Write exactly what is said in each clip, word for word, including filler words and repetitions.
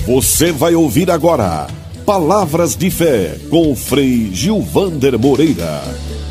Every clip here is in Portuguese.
Você vai ouvir agora Palavras de Fé com o Frei Gilvander Moreira.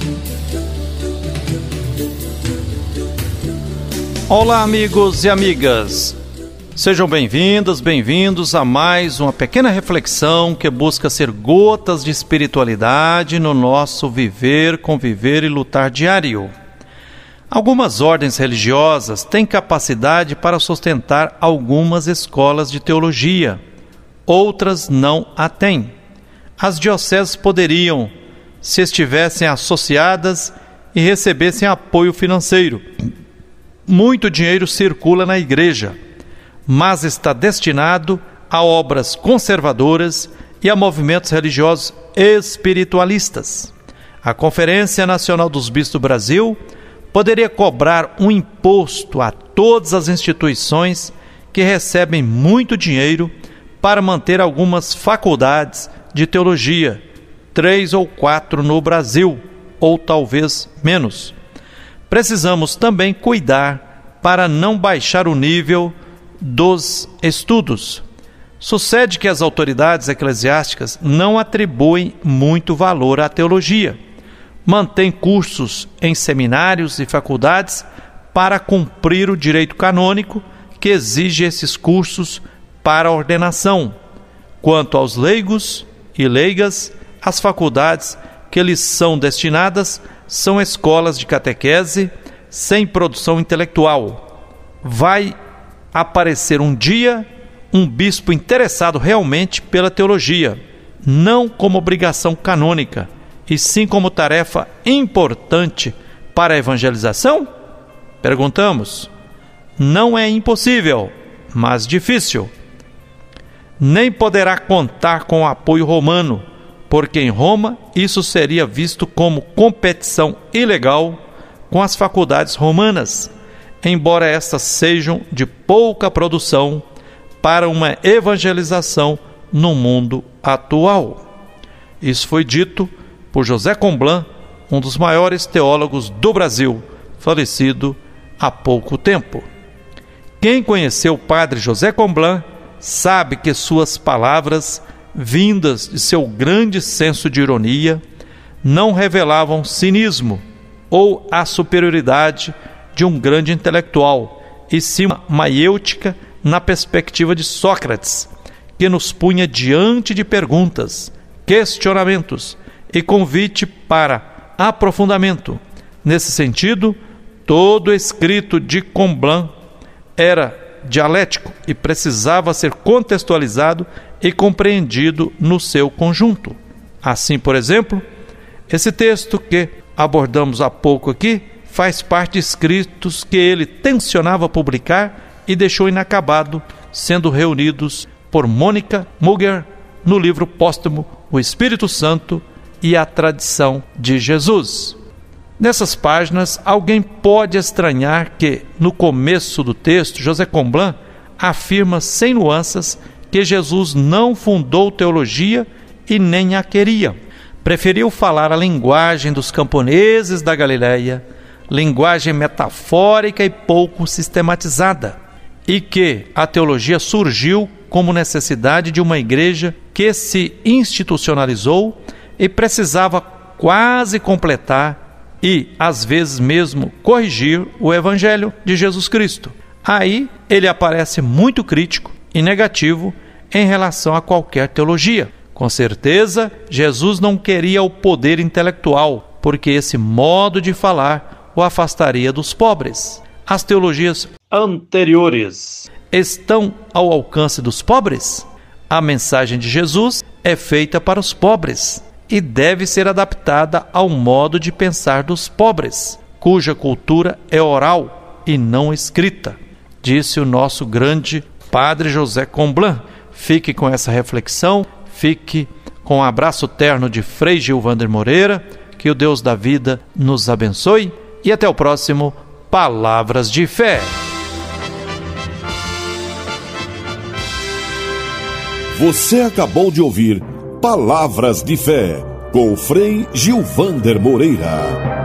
Olá, amigos e amigas. Sejam bem-vindos, bem-vindos a mais uma pequena reflexão que busca ser gotas de espiritualidade no nosso viver, conviver e lutar diário. Algumas ordens religiosas têm capacidade para sustentar algumas escolas de teologia, outras não a têm. As dioceses poderiam, se estivessem associadas e recebessem apoio financeiro. Muito dinheiro circula na igreja, mas está destinado a obras conservadoras e a movimentos religiosos espiritualistas. A Conferência Nacional dos Bispos do Brasil poderia cobrar um imposto a todas as instituições que recebem muito dinheiro para manter algumas faculdades de teologia, três ou quatro no Brasil, ou talvez menos. Precisamos também cuidar para não baixar o nível dos estudos. Sucede que as autoridades eclesiásticas não atribuem muito valor à teologia. Mantém cursos em seminários e faculdades para cumprir o direito canônico que exige esses cursos para a ordenação. Quanto aos leigos e leigas, as faculdades que lhes são destinadas são escolas de catequese sem produção intelectual. Vai aparecer um dia um bispo interessado realmente pela teologia, não como obrigação canônica, e sim como tarefa importante para a evangelização? Perguntamos. Não é impossível, mas difícil. Nem poderá contar com o apoio romano, porque em Roma isso seria visto como competição ilegal com as faculdades romanas, embora estas sejam de pouca produção para uma evangelização no mundo atual. Isso foi dito por José Comblan, um dos maiores teólogos do Brasil, falecido há pouco tempo. Quem conheceu o padre José Comblan sabe que suas palavras, vindas de seu grande senso de ironia, não revelavam cinismo ou a superioridade de um grande intelectual, e sim uma maiêutica na perspectiva de Sócrates, que nos punha diante de perguntas, questionamentos e convite para aprofundamento. Nesse sentido, todo escrito de Comblan era dialético e precisava ser contextualizado e compreendido no seu conjunto. Assim, por exemplo, esse texto que abordamos há pouco aqui faz parte de escritos que ele tencionava publicar e deixou inacabado, sendo reunidos por Mônica Mugger no livro póstumo O Espírito Santo e a Tradição de Jesus. Nessas páginas, alguém pode estranhar que, no começo do texto, José Comblan afirma sem nuances que Jesus não fundou teologia e nem a queria. Preferiu falar a linguagem dos camponeses da Galileia, linguagem metafórica e pouco sistematizada, e que a teologia surgiu como necessidade de uma igreja que se institucionalizou e precisava quase completar e, às vezes mesmo, corrigir o Evangelho de Jesus Cristo. Aí ele aparece muito crítico e negativo em relação a qualquer teologia. Com certeza, Jesus não queria o poder intelectual, porque esse modo de falar o afastaria dos pobres. As teologias anteriores estão ao alcance dos pobres? A mensagem de Jesus é feita para os pobres e deve ser adaptada ao modo de pensar dos pobres, cuja cultura é oral e não escrita, disse o nosso grande Padre José Comblan. Fique com essa reflexão, fique com um abraço terno de Frei Gilvander Moreira, que o Deus da vida nos abençoe e até o próximo Palavras de Fé. Você acabou de ouvir Palavras de Fé com o Frei Gilvander Moreira.